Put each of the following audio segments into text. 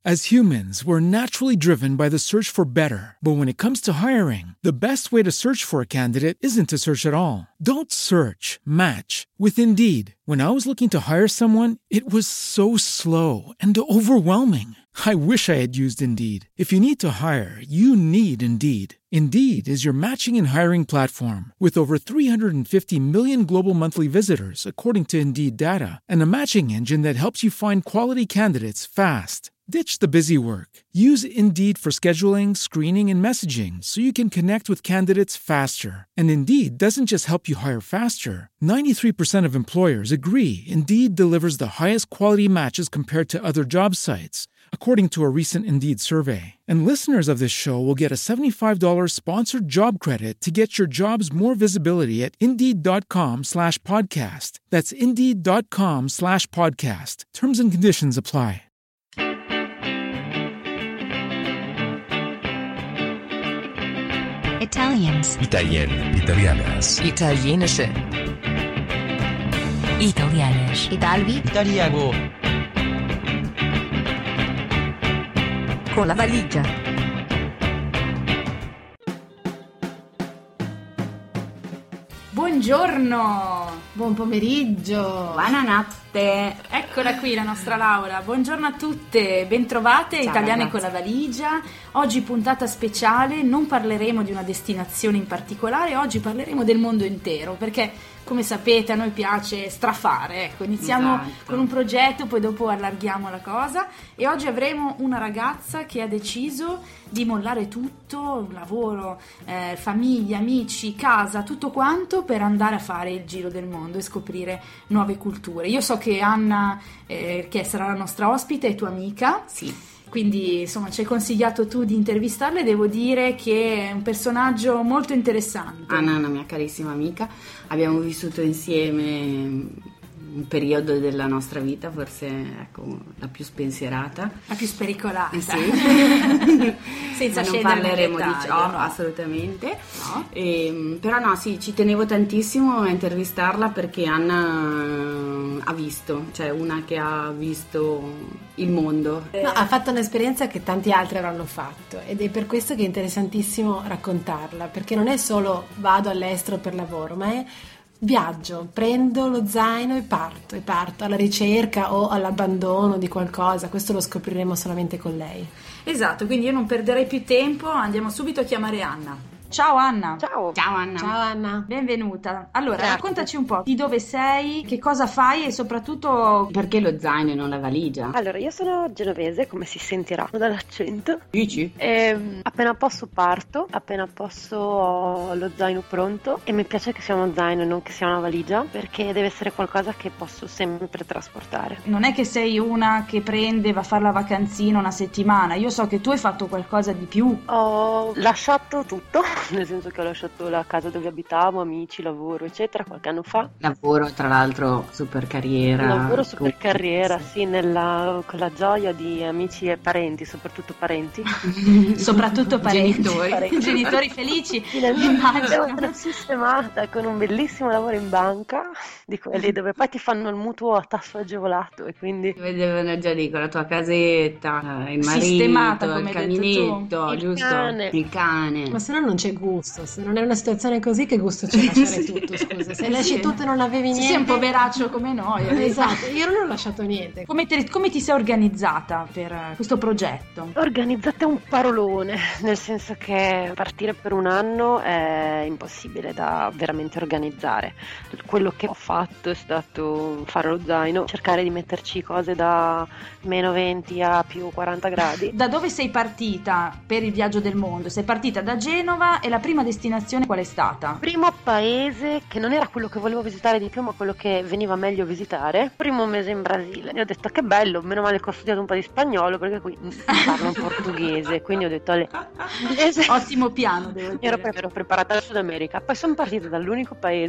As humans, we're naturally driven by the search for better. But when it comes to hiring, the best way to search for a candidate isn't to search at all. Don't search, match with Indeed. When I was looking to hire someone, it was so slow and overwhelming. I wish I had used Indeed. If you need to hire, you need Indeed. Indeed is your matching and hiring platform with over 350 million global monthly visitors, according to Indeed data, and a matching engine that helps you find quality candidates fast. Ditch the busy work. Use Indeed for scheduling, screening, and messaging so you can connect with candidates faster. And Indeed doesn't just help you hire faster. 93% of employers agree Indeed delivers the highest quality matches compared to other job sites, according to a recent Indeed survey. And listeners of this show will get a $75 sponsored job credit to get your jobs more visibility at Indeed.com/podcast. That's Indeed.com/podcast. Terms and conditions apply. Italians. Italien. Italianas. Italienische. Italienisch. Italvi. Italiano. Con la valigia. Buongiorno, Buon pomeriggio. buonanotte. Eccola qui la nostra Laura. Buongiorno a tutte, bentrovate. Ciao, Italiane ragazze. con la valigia. Oggi puntata speciale, non parleremo di una destinazione in particolare, oggi parleremo del mondo intero, perché come sapete a noi piace strafare. Ecco, iniziamo Esatto. con un progetto, poi dopo allarghiamo la cosa e oggi avremo una ragazza che ha deciso di mollare tutto, lavoro, famiglia, amici, casa, tutto quanto per andare a fare il giro del mondo e scoprire nuove culture. Io so che Anna, che sarà la nostra ospite, è tua amica. Sì. Quindi insomma ci hai consigliato tu di intervistarla e devo dire che è un personaggio molto interessante. Anna è una mia carissima amica. Abbiamo vissuto insieme un periodo della nostra vita, forse ecco, la più spensierata. La più spericolata. Sì. Senza Ma non scendere parleremo nel di dettaglio, ciò, no. assolutamente. No. Però no, sì, ci tenevo tantissimo a intervistarla perché Anna ha visto, cioè una che ha visto il mondo. No, ha fatto un'esperienza che tanti altri avranno fatto ed è per questo che è interessantissimo raccontarla, perché non è solo vado all'estero per lavoro, ma è viaggio, prendo lo zaino e parto alla ricerca o all'abbandono di qualcosa. Questo lo scopriremo solamente con lei. Esatto, quindi io non perderei più tempo, andiamo subito a chiamare Anna. Ciao Anna. Ciao Anna. Ciao Anna. Benvenuta. Allora, Grazie. raccontaci un po' di dove sei, che cosa fai e soprattutto Perché lo zaino e non la valigia? Allora, io sono genovese, come si sentirà dall'accento. Dici? Appena posso parto, appena posso ho lo zaino pronto e mi piace che sia uno zaino e non che sia una valigia, perché deve essere qualcosa che posso sempre trasportare. non è che sei una che prende, va a fare la vacanzina una settimana. Io so che tu hai fatto qualcosa di più. Ho lasciato tutto, nel senso che ho lasciato la casa dove abitavo, amici, lavoro, eccetera, qualche anno fa. Lavoro, tra l'altro, super carriera. Lavoro super carriera, sì, con la gioia di amici e parenti, soprattutto parenti. Soprattutto parenti. Genitori. Genitori felici. Finalmente Immagino. ero sistemata con un bellissimo lavoro in banca, di quelli dove poi ti fanno il mutuo a tasso agevolato e quindi Vedevano già lì con la tua casetta, il marito, Sistemata, il come hai detto caminetto, tu. Il giusto? cane. Il cane. Ma se no non c'è gusto, se non è una situazione così che gusto c'è lasciare tutto, scusa. Se lasci tutto e non avevi Sì, niente. sei un poveraccio come noi. Esatto, io non ho lasciato niente. Come ti sei organizzata per questo progetto? organizzate un parolone, nel senso che partire per un anno è impossibile da veramente organizzare. Quello che ho fatto è stato fare lo zaino, cercare di metterci cose da meno 20 a più 40 gradi. Da dove sei partita per il viaggio del mondo? Sei partita da Genova e la prima destinazione qual è stata? Primo paese che non era quello che volevo visitare di più, ma quello che veniva meglio visitare. Primo mese in Brasile. E ho detto che bello, meno male che ho studiato un po' di spagnolo perché qui parlo in portoghese, quindi ho detto inglese. Ottimo piano, devo dire. Ero preparata al Sud America. Poi sono partita dall'unico paese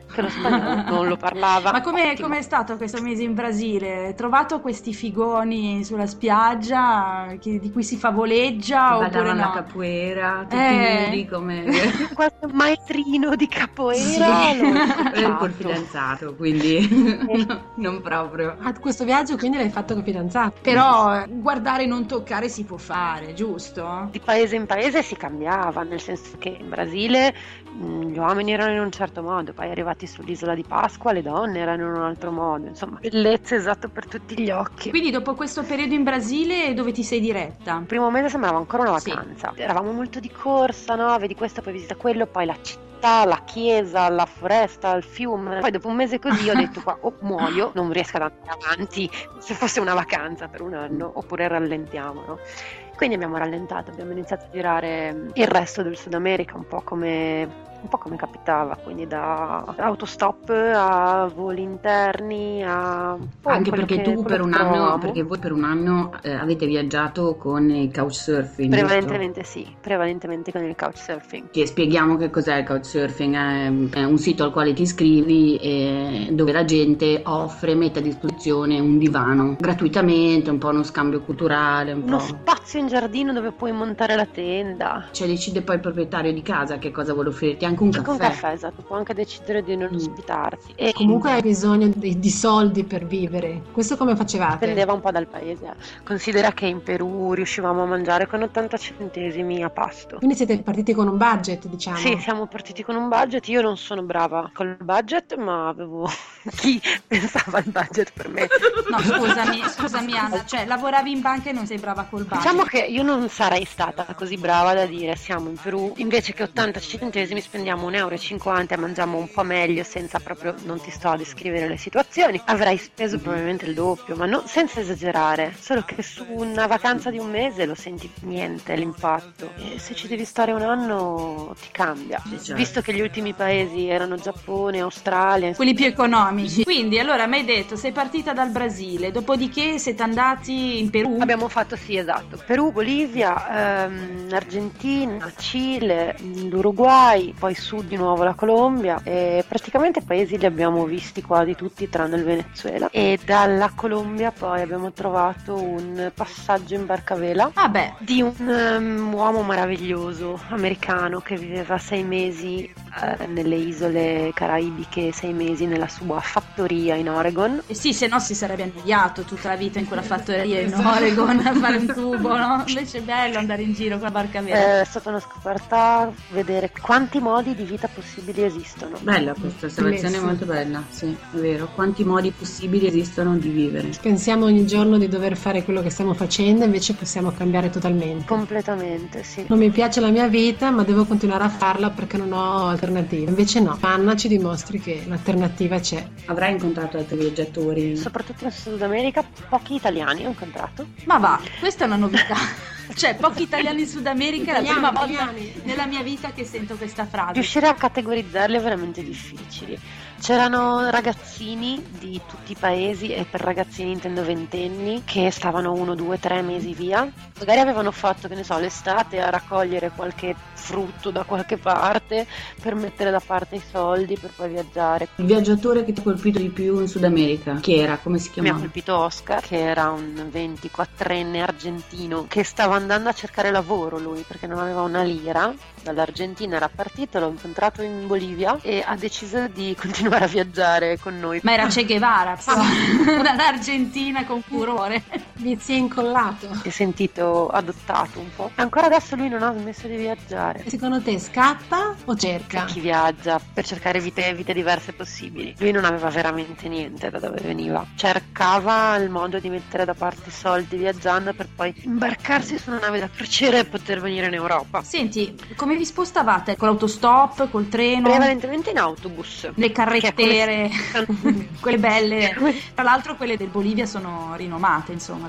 che lo spagnolo non lo parlava. Ma com'è stato questo mese in Brasile? Hai trovato questi figoni sulla spiaggia di cui si favoleggia oppure ballavano no? la capoeira, tutti nudi come Qualche maestrino di capoeira col fidanzato, quindi non proprio. Questo viaggio quindi l'hai fatto con fidanzato? Però guardare e non toccare si può fare, giusto? Di paese in paese si cambiava, nel senso che in Brasile gli uomini erano in un certo modo, poi arrivati sull'isola di Pasqua le donne erano in un altro modo, insomma, bellezza esatto per tutti gli occhi. Quindi dopo questo periodo in Brasile dove ti sei diretta? Il primo mese sembrava ancora una Sì. vacanza, eravamo molto di corsa, no? Vedi questo, poi visita quello, poi la città, la chiesa, la foresta, il fiume. Poi dopo un mese così ho detto qua, o muoio, non riesco ad andare avanti se fosse una vacanza per un anno, oppure rallentiamo, no? Quindi abbiamo rallentato, abbiamo iniziato a girare il resto del Sud America un po' come capitava, quindi da autostop a voli interni a Anche perché tu per un anno, perché voi per un anno avete viaggiato con il couchsurfing, prevalentemente sì, prevalentemente con il couchsurfing. Che spieghiamo che cos'è il couchsurfing, è un sito al quale ti iscrivi e dove la gente mette a disposizione un divano gratuitamente, un po' uno scambio culturale, Uno spazio in giardino dove puoi montare la tenda. Cioè decide poi il proprietario di casa che cosa vuole offrirti, anche un Con un caffè. caffè, esatto, può anche decidere di non ospitarti. E Comunque hai bisogno di soldi per vivere. Questo come facevate? dipendeva un po' dal paese. Considera che in Perù riuscivamo a mangiare con 80 centesimi a pasto. Quindi siete partiti con un budget, diciamo. Sì, siamo partiti con un budget. Io non sono brava col budget, ma avevo chi pensava al budget per me. No, scusami Anna, cioè lavoravi in banca e non sei brava col budget. Diciamo che io non sarei stata così brava da dire siamo in Perù, invece che 80 centesimi spendiamo 1,50 euro e mangiamo un po' meglio senza proprio, non ti sto a descrivere le situazioni, avrei speso probabilmente il doppio, ma senza esagerare, solo che su una vacanza di un mese lo senti niente l'impatto, e se ci devi stare un anno ti cambia, certo. Visto che gli ultimi paesi erano Giappone, Australia, Quelli più economici. Quindi allora mi hai detto sei partita dal Brasile, dopodiché siete andati in Perù? abbiamo fatto, sì, esatto, Perù, Bolivia, Argentina, Cile, l'Uruguay, poi su di nuovo la Colombia, e praticamente paesi li abbiamo visti quasi tutti tranne il Venezuela, e dalla Colombia poi abbiamo trovato un passaggio in barcavela Ah beh, di un uomo meraviglioso americano che viveva 6 mesi nelle isole caraibiche, 6 mesi nella sua fattoria in Oregon. sì, se no si sarebbe annoiato tutta la vita in quella fattoria in Oregon a fare un tubo, no? Invece è bello andare in giro con la barca vera. È stata una scoperta vedere quanti modi di vita possibili esistono. Bella questa osservazione, Bellissimo. molto bella, sì, è vero. Quanti modi possibili esistono di vivere. Pensiamo ogni giorno di dover fare quello che stiamo facendo, invece possiamo cambiare totalmente. Completamente, sì. Non mi piace la mia vita, ma devo continuare a farla perché non ho alternative. Invece no. Anna ci dimostri che l'alternativa c'è. Avrai incontrato altri viaggiatori? Soprattutto in Sud America, pochi italiani ho incontrato. Ma va, questa è una novità. Cioè, pochi italiani in Sud America è la prima volta Italiani. nella mia vita che sento questa frase. Riuscire a categorizzarli è veramente difficili. C'erano ragazzini di tutti i paesi, e per ragazzini intendo ventenni, che stavano 1, 2, 3 mesi via. Magari avevano fatto, che ne so, l'estate a raccogliere qualche frutto da qualche parte per mettere da parte i soldi per poi viaggiare. Il viaggiatore che ti ha colpito di più in Sud America, chi era? Come si Mi ha chiamava? colpito Oscar, che era un 24enne argentino che stava andando a cercare lavoro lui perché non aveva una lira. Dall'Argentina era partito, l'ho incontrato in Bolivia e ha deciso di continuare a viaggiare con noi. Ma era Che Guevara, dall'Argentina con furore. Mi si è incollato. Si è sentito adottato un po'. Ancora adesso lui non ha smesso di viaggiare. Secondo te scappa o cerca? Chi viaggia per cercare vite diverse possibili. Lui non aveva veramente niente da dove veniva. Cercava il modo di mettere da parte soldi viaggiando per poi imbarcarsi su una nave da crociera e poter venire in Europa. Senti, come vi spostavate? Con l'autostop, col treno? Prevalentemente in autobus. Le carrettere, Che è come- quelle belle. Tra l'altro quelle del Bolivia sono rinomate, insomma,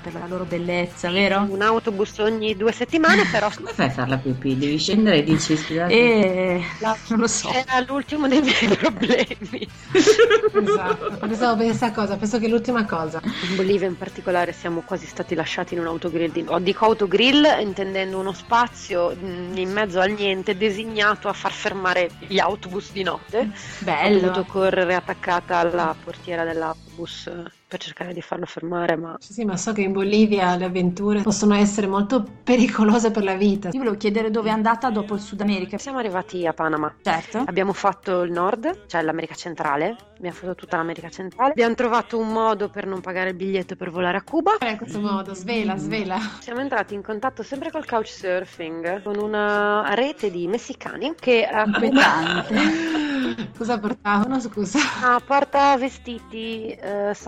per la loro bellezza, vero? Un autobus ogni 2 settimane, però Come fai a fare la pipì? Devi scendere e dici scusate. Non lo so. era l'ultimo dei miei problemi. Esatto, pensavo per questa cosa, penso che è l'ultima cosa. In Bolivia in particolare siamo quasi stati lasciati in un autogrill. Dico autogrill intendendo uno spazio in mezzo al niente designato a far fermare gli autobus di notte. Ho Bello. dovuto correre attaccata alla portiera dell'autobus per cercare di farlo fermare, ma Sì, ma so che in Bolivia le avventure possono essere molto pericolose per la vita. Io volevo chiedere dove è andata dopo il Sud America. siamo arrivati a Panama. Certo. Abbiamo fatto il nord, cioè l'America centrale, abbiamo fatto tutta l'America centrale, abbiamo trovato un modo per non pagare il biglietto per volare a Cuba. In questo modo, svela. Siamo entrati in contatto sempre col couchsurfing con una rete di messicani che a Cuba Cosa portavano, scusa? porta vestiti,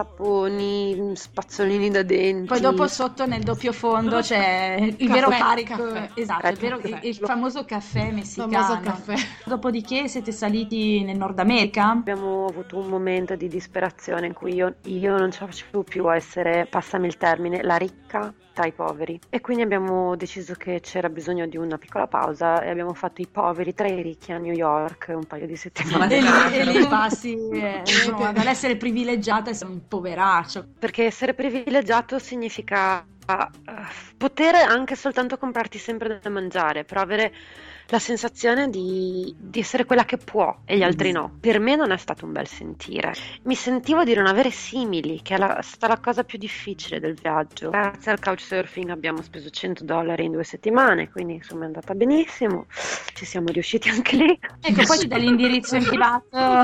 saponi, spazzolini da denti. Poi dopo sotto nel doppio fondo c'è il vero carico. caffè. Esatto, il, vero, Caffè. il famoso caffè messicano. Famoso caffè. Dopodiché siete saliti nel Nord America? Abbiamo avuto un momento di disperazione in cui io non ce la facevo più a essere, passami il termine, la ricca tra i poveri, e quindi abbiamo deciso che c'era bisogno di una piccola pausa e abbiamo fatto i poveri tra i ricchi a New York un paio di settimane. E lì passi insomma, dall'essere privilegiato a essere un poveraccio. Perché essere privilegiato significa poter anche soltanto comprarti sempre da mangiare, però avere la sensazione di essere quella che può e gli altri no. Per me non è stato un bel sentire. Mi sentivo di non avere simili, che è stata la cosa più difficile del viaggio. Grazie al couchsurfing abbiamo speso $100 in 2 settimane, quindi insomma è andata benissimo. Ci siamo riusciti anche lì. Ecco, poi ci dai l'indirizzo in privato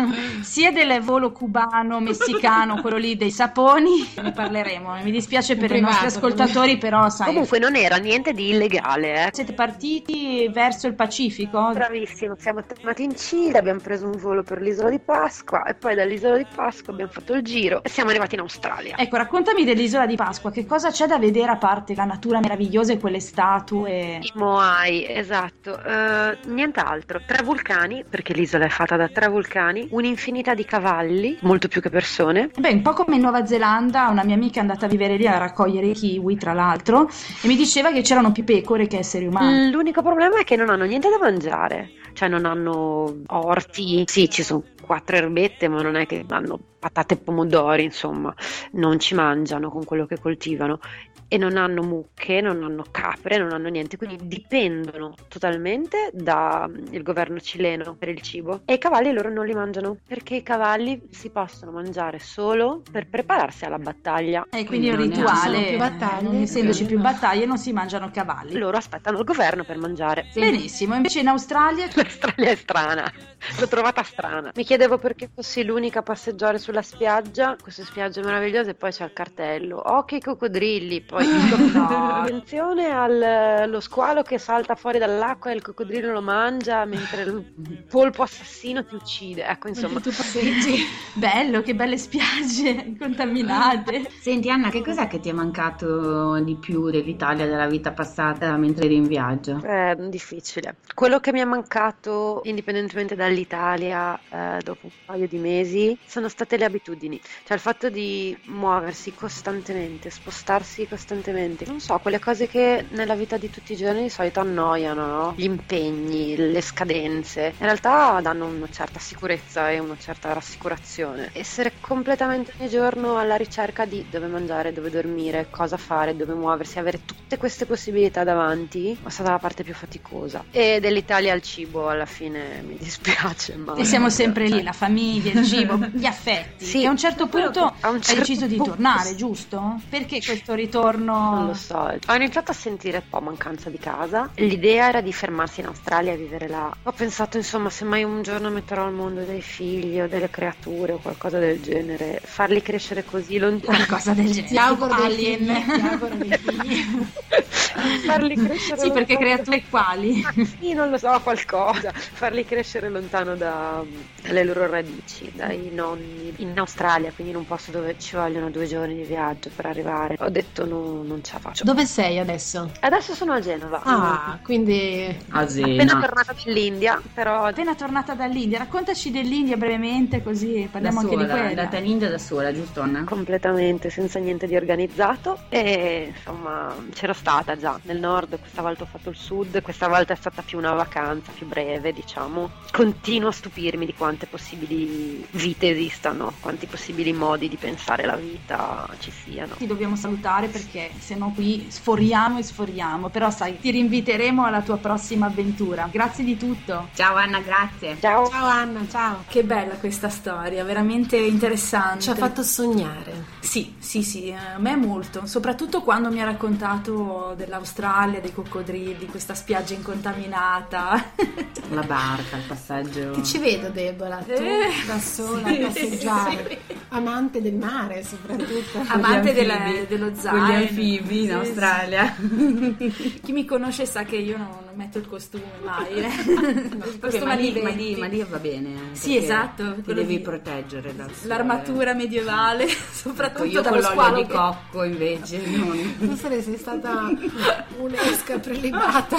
sia del volo cubano, messicano, quello lì dei saponi, ne parleremo. Mi dispiace per i nostri ascoltatori, però sai. Comunque non era niente di illegale, Siete partiti verso il Pacifico? Bravissimo, siamo tornati in Cile, abbiamo preso un volo per l'isola di Pasqua e poi dall'isola di Pasqua abbiamo fatto il giro e siamo arrivati in Australia. Ecco, raccontami dell'isola di Pasqua, che cosa c'è da vedere a parte la natura meravigliosa e quelle statue? I Moai, esatto, nient'altro, 3 vulcani, perché l'isola è fatta da 3 vulcani, un'infinità di cavalli, molto più che persone. Beh, un po' come in Nuova Zelanda, una mia amica è andata a vivere lì a raccogliere i kiwi, tra l'altro, e mi diceva che c'erano più pecore che esseri umani. L'unico problema è che non hanno niente da mangiare, cioè non hanno orti, sì, ci sono 4 erbette, ma non è che hanno patate e pomodori, insomma, non ci mangiano con quello che coltivano. E non hanno mucche, non hanno capre, non hanno niente, quindi dipendono totalmente dal governo cileno per il cibo. E i cavalli loro non li mangiano, perché i cavalli si possono mangiare solo per prepararsi alla battaglia. E quindi è un non ne rituale, hanno più battaglie, non essendoci più no. battaglie non si mangiano cavalli. Loro aspettano il governo per mangiare. Benissimo, invece in Australia L'Australia è strana, l'ho trovata strana. Mi chiedevo perché fossi l'unica a passeggiare sulla spiaggia, queste spiagge meravigliose, e poi c'è il cartello, occhi ai coccodrilli, poi attenzione allo squalo che salta fuori dall'acqua e il coccodrillo lo mangia mentre il polpo assassino ti uccide. Ecco, insomma. Tu passeggi. bello, che belle spiagge contaminate. Senti Anna, che cos'è che ti è mancato di più dell'Italia, della vita passata mentre eri in viaggio? È difficile. Quello che mi è mancato, indipendentemente dall'Italia, dopo un paio di mesi, sono state le abitudini. Cioè il fatto di muoversi costantemente, spostarsi costantemente. Non so, quelle cose che nella vita di tutti i giorni di solito annoiano, no? Gli impegni, le scadenze. In realtà danno una certa sicurezza e una certa rassicurazione. Essere completamente ogni giorno alla ricerca di dove mangiare, dove dormire, cosa fare, dove muoversi, avere tutte queste possibilità davanti è stata la parte più faticosa. E dell'Italia al cibo alla fine mi dispiace, ma E siamo sempre lì, la famiglia, il cibo, gli affetti. Sì, e a un certo punto a un hai certo deciso di punto tornare, giusto? Perché questo ritorno? non lo so. Ho iniziato a sentire un po' mancanza di casa. L'idea era di fermarsi in Australia e vivere là. Ho pensato, insomma, se mai un giorno metterò al mondo dei figli o delle creature o qualcosa del genere, farli crescere così lontano. Qualcosa del genere. Ti auguro dei Alien. figli, ti auguro dei figli. farli crescere Sì, perché lontano. creature quali? Sì, non lo so, qualcosa. Farli crescere lontano dalle loro radici, dai nonni. In Australia, quindi in un posto dove ci vogliono 2 giorni di viaggio per arrivare. Ho detto no, non ce la faccio. Dove sei adesso? Adesso sono a Genova. Ah, quindi A Appena Zena. tornata dall'India, però Appena tornata dall'India, raccontaci dell'India brevemente così Da parliamo anche di sola, è quella. andata in India da sola, giusto Anna? completamente senza niente di organizzato e insomma c'ero stata già nel nord, questa volta ho fatto il sud, questa volta è stata più una vacanza più breve, diciamo. Continuo a stupirmi di quante possibili vite esistano, quanti possibili modi di pensare la vita ci siano. Ti dobbiamo salutare perché sennò qui sforiamo, però sai, ti rinviteremo alla tua prossima avventura. Grazie di tutto. Ciao Anna, grazie. Ciao! ciao Anna, ciao. Che bella questa storia, veramente interessante. Ci ha fatto sognare. Sì, a me molto, soprattutto quando mi ha raccontato dell'Australia, dei coccodrilli, di questa spiaggia incontaminata. La barca, il passaggio. Ti ci vedo Debola, tu da sola a passeggiare, amante del mare soprattutto. Amante Con gli anfibi. dello Con zaino. gli anfibi in Sì, Australia. sì. Chi mi conosce sa che io non metto il costume mai. Il costume ma, lì, agli ma lì va bene. Sì, perché esatto, Ti quello devi di- proteggere dal sole. l'armatura medievale, Ecco, soprattutto io con dallo l'olio squalo di che- cocco invece non. Tu sei stata un'esca prelibata.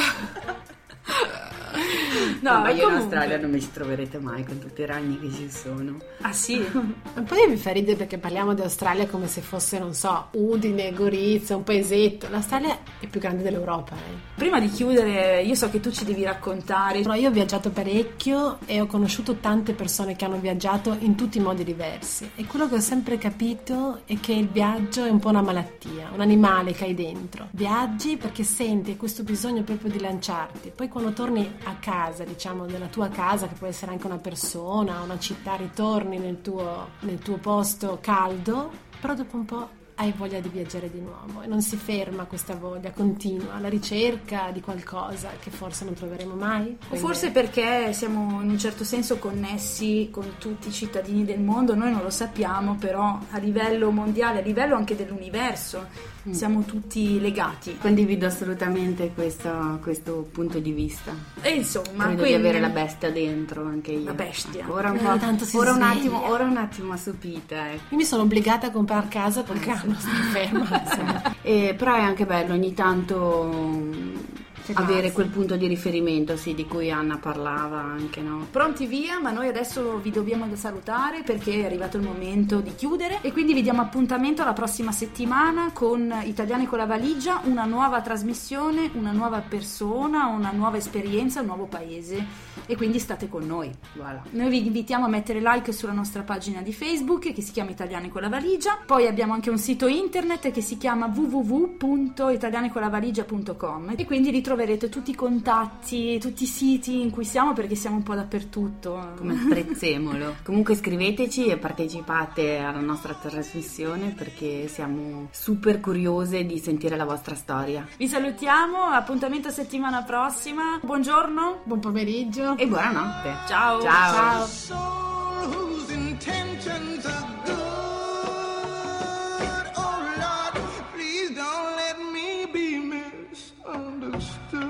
No, ma io in comunque- Australia non mi ci troverete mai con tutti i ragni che ci sono. Ah sì? Ma poi mi fa ridere perché parliamo di Australia come se fosse, non so, Udine, Gorizia, un paesetto. L'Australia è più grande dell'Europa, Prima di chiudere, io so che tu ci devi raccontare. Però io ho viaggiato parecchio e ho conosciuto tante persone che hanno viaggiato in tutti i modi diversi e quello che ho sempre capito è che il viaggio è un po' una malattia, un animale che hai dentro. Viaggi perché senti questo bisogno proprio di lanciarti, poi quando torni a casa, diciamo nella tua casa, che può essere anche una persona, una città, ritorni nel tuo posto caldo, però dopo un po' hai voglia di viaggiare di nuovo e non si ferma questa voglia, continua alla ricerca di qualcosa che forse non troveremo mai. O forse perché siamo in un certo senso connessi con tutti i cittadini del mondo, noi non lo sappiamo, però a livello mondiale, a livello anche dell'universo, siamo tutti legati. Condivido assolutamente questo punto di vista. E insomma, Credo di quindi- avere la bestia dentro anche io. La bestia. Ora un po', Tanto si ora un sveglia. attimo assopita, ecco. Io mi sono obbligata a comprare casa perché non sto ferma. insomma. Però è anche bello ogni tanto avere passa. quel punto di riferimento, sì, di cui Anna parlava anche, no? Pronti via, ma noi adesso vi dobbiamo salutare perché è arrivato il momento di chiudere e quindi vi diamo appuntamento alla prossima settimana con Italiani con la valigia, una nuova trasmissione, una nuova persona, una nuova esperienza, un nuovo paese e quindi state con noi. Voilà. Noi vi invitiamo a mettere like sulla nostra pagina di Facebook che si chiama Italiani con la valigia, poi abbiamo anche un sito internet che si chiama www.italianiconlavaligia.com e quindi ritroverete tutti i contatti, tutti i siti in cui siamo perché siamo un po' dappertutto. Come Prezzemolo. Comunque scriveteci e partecipate alla nostra trasmissione perché siamo super curiose di sentire la vostra storia. Vi salutiamo, appuntamento settimana prossima. Buongiorno Buon pomeriggio. E buonanotte. Ciao. Ciao. Soul whose intentions are good. Oh Lord, please don't let me be misunderstood.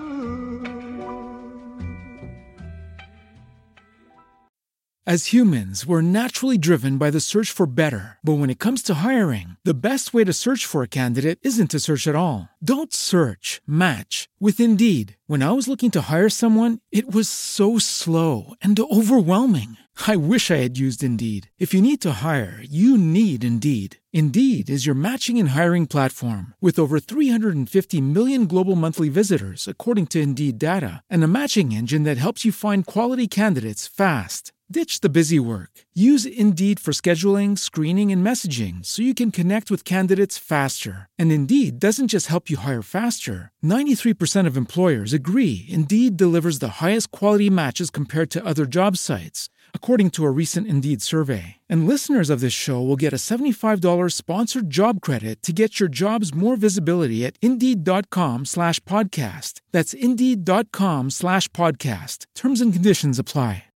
As humans, we're naturally driven by the search for better. But when it comes to hiring, the best way to search for a candidate isn't to search at all. Don't search, match with Indeed. When I was looking to hire someone, it was so slow and overwhelming. I wish I had used Indeed. If you need to hire, you need Indeed. Indeed is your matching and hiring platform with over 350 million global monthly visitors, according to Indeed data, and a matching engine that helps you find quality candidates fast. Ditch the busy work. Use Indeed for scheduling, screening, and messaging so you can connect with candidates faster. And Indeed doesn't just help you hire faster. 93% of employers agree Indeed delivers the highest quality matches compared to other job sites, according to a recent Indeed survey. And listeners of this show will get a $75 sponsored job credit to get your jobs more visibility at Indeed.com/podcast. That's Indeed.com/podcast. Terms and conditions apply.